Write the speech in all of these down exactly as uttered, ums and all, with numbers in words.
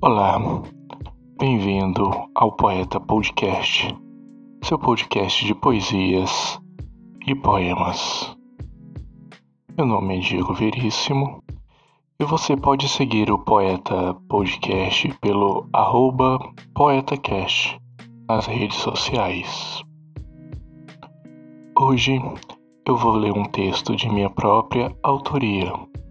Olá, bem-vindo ao Poeta Podcast, seu podcast de poesias e poemas. Meu nome é Diego Veríssimo e você pode seguir o Poeta Podcast pelo arroba PoetaCast nas redes sociais. Hoje eu vou ler um texto de minha própria autoria.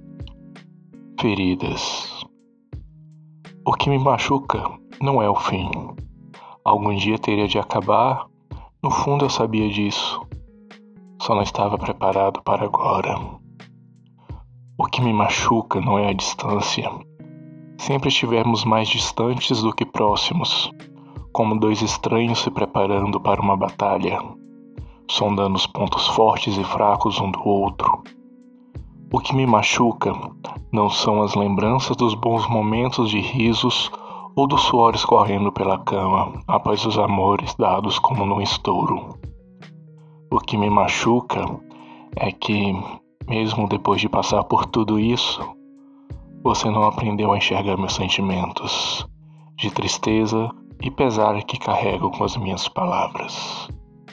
Feridas. O que me machuca não é o fim. Algum dia teria de acabar. No fundo eu sabia disso. Só não estava preparado para agora. O que me machuca não é a distância. Sempre estivemos mais distantes do que próximos, como dois estranhos se preparando para uma batalha, sondando os pontos fortes e fracos um do outro. O que me machuca não são as lembranças dos bons momentos de risos ou dos suores correndo pela cama após os amores dados como num estouro. O que me machuca é que, mesmo depois de passar por tudo isso, você não aprendeu a enxergar meus sentimentos de tristeza e pesar que carrego com as minhas palavras.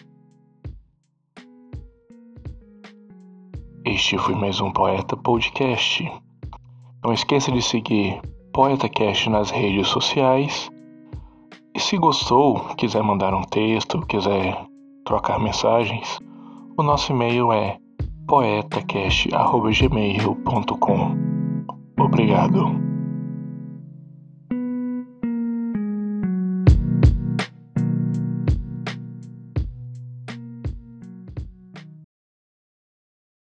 Este foi mais um Poeta Podcast. Não esqueça de seguir PoetaCast nas redes sociais. E se gostou, quiser mandar um texto, quiser trocar mensagens, o nosso e-mail é poetacast arroba gmail ponto com. Obrigado.